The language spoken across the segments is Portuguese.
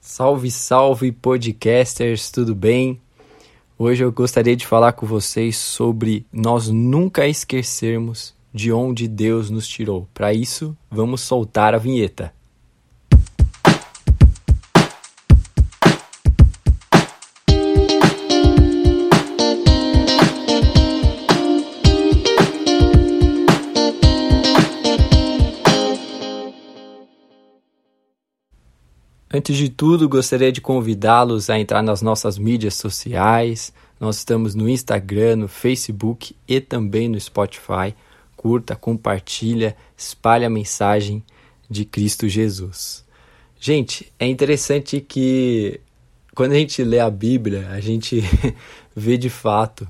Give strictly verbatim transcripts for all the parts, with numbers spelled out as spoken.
Salve, salve podcasters, tudo bem? Hoje eu gostaria de falar com vocês sobre nós nunca esquecermos de onde Deus nos tirou. Para isso, vamos soltar a vinheta. Antes de tudo, gostaria de convidá-los a entrar nas nossas mídias sociais. Nós estamos no Instagram, no Facebook e também no Spotify. Curta, compartilha, espalhe a mensagem de Cristo Jesus. Gente, é interessante que quando a gente lê a Bíblia, a gente vê de fato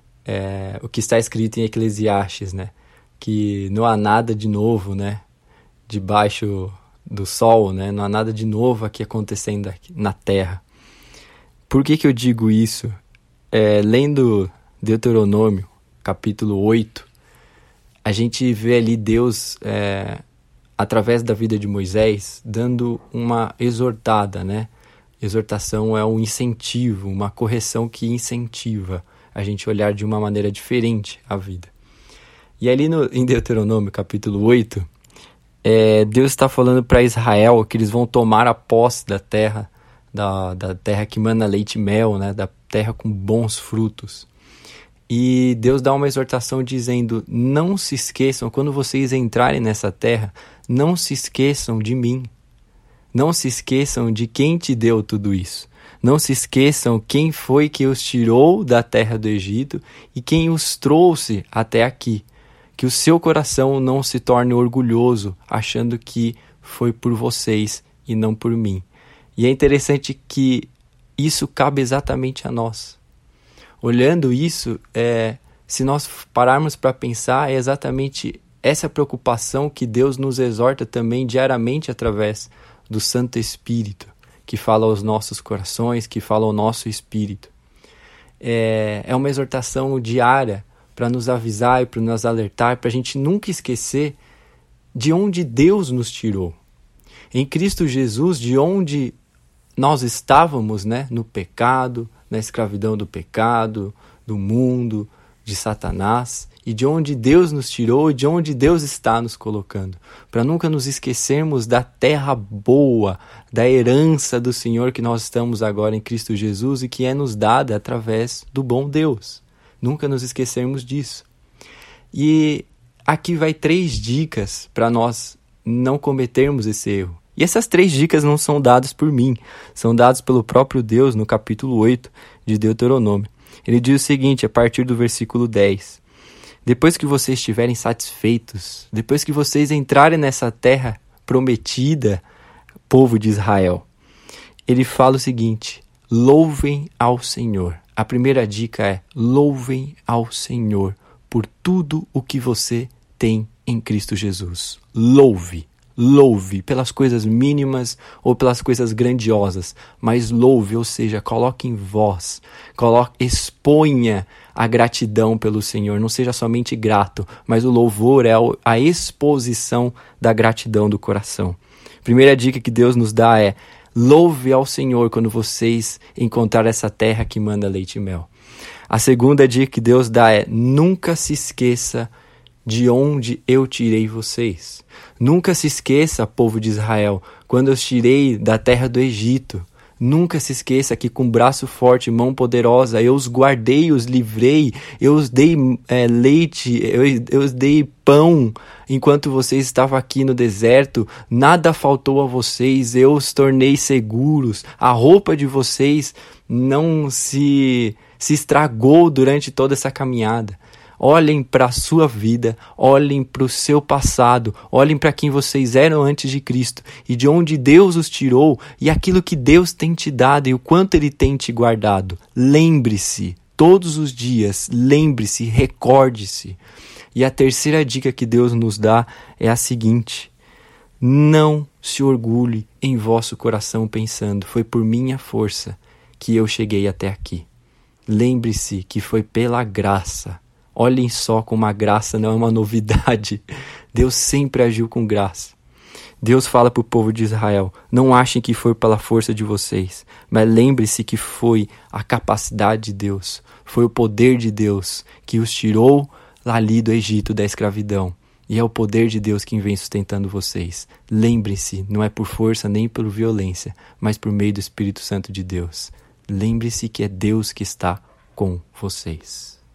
é, o que está escrito em Eclesiastes, né? Que não há nada de novo, né? Debaixo do sol, né? Não há nada de novo aqui acontecendo aqui na Terra. Por que que eu digo isso? É, lendo Deuteronômio, capítulo oito, a gente vê ali Deus, é, através da vida de Moisés, dando uma exortada, né? Exortação é um incentivo, uma correção que incentiva a gente olhar de uma maneira diferente a vida. E ali no, em Deuteronômio, capítulo oito, É, Deus está falando para Israel que eles vão tomar a posse da terra, da, da terra que mana leite e mel, né? Da terra com bons frutos. E Deus dá uma exortação dizendo, não se esqueçam, quando vocês entrarem nessa terra, não se esqueçam de mim. Não se esqueçam de quem te deu tudo isso. Não se esqueçam quem foi que os tirou da terra do Egito e quem os trouxe até aqui. Que o seu coração não se torne orgulhoso, achando que foi por vocês e não por mim. E é interessante que isso cabe exatamente a nós. Olhando isso, é, se nós pararmos para pensar, é exatamente essa preocupação que Deus nos exorta também diariamente através do Santo Espírito, que fala aos nossos corações, que fala ao nosso espírito. É, é uma exortação diária, para nos avisar e para nos alertar, para a gente nunca esquecer de onde Deus nos tirou. Em Cristo Jesus, de onde nós estávamos, né? No pecado, na escravidão do pecado, do mundo, de Satanás, e de onde Deus nos tirou e de onde Deus está nos colocando. Para nunca nos esquecermos da terra boa, da herança do Senhor que nós estamos agora em Cristo Jesus e que é nos dada através do bom Deus. Nunca nos esquecermos disso. E aqui vai três dicas para nós não cometermos esse erro. E essas três dicas não são dadas por mim, são dadas pelo próprio Deus no capítulo oito de Deuteronômio. Ele diz o seguinte, a partir do versículo dez. Depois que vocês estiverem satisfeitos, depois que vocês entrarem nessa terra prometida, povo de Israel, ele fala o seguinte, louvem ao Senhor. A primeira dica é, louvem ao Senhor por tudo o que você tem em Cristo Jesus. Louve, louve pelas coisas mínimas ou pelas coisas grandiosas, mas louve, ou seja, coloque em voz, coloque, exponha a gratidão pelo Senhor. Não seja somente grato, mas o louvor é a exposição da gratidão do coração. Primeira dica que Deus nos dá é, louve ao Senhor quando vocês encontrarem essa terra que manda leite e mel. A segunda dica que Deus dá é, nunca se esqueça de onde eu tirei vocês. Nunca se esqueça, povo de Israel, quando eu os tirei da terra do Egito. Nunca se esqueça que com braço forte e mão poderosa eu os guardei, os livrei, eu os dei é, leite, eu, eu os dei pão enquanto vocês estavam aqui no deserto. Nada faltou a vocês, eu os tornei seguros. A roupa de vocês não se, se estragou durante toda essa caminhada. Olhem para a sua vida, olhem para o seu passado, olhem para quem vocês eram antes de Cristo e de onde Deus os tirou e aquilo que Deus tem te dado e o quanto Ele tem te guardado. Lembre-se, todos os dias, lembre-se, recorde-se. E a terceira dica que Deus nos dá é a seguinte, não se orgulhe em vosso coração pensando, foi por minha força que eu cheguei até aqui. Lembre-se que foi pela graça. Olhem só como a graça não é uma novidade. Deus sempre agiu com graça. Deus fala para o povo de Israel: não achem que foi pela força de vocês, mas lembre-se que foi a capacidade de Deus, foi o poder de Deus que os tirou ali do Egito, da escravidão. E é o poder de Deus que vem sustentando vocês. Lembre-se, não é por força nem por violência, mas por meio do Espírito Santo de Deus. Lembre-se que é Deus que está com vocês.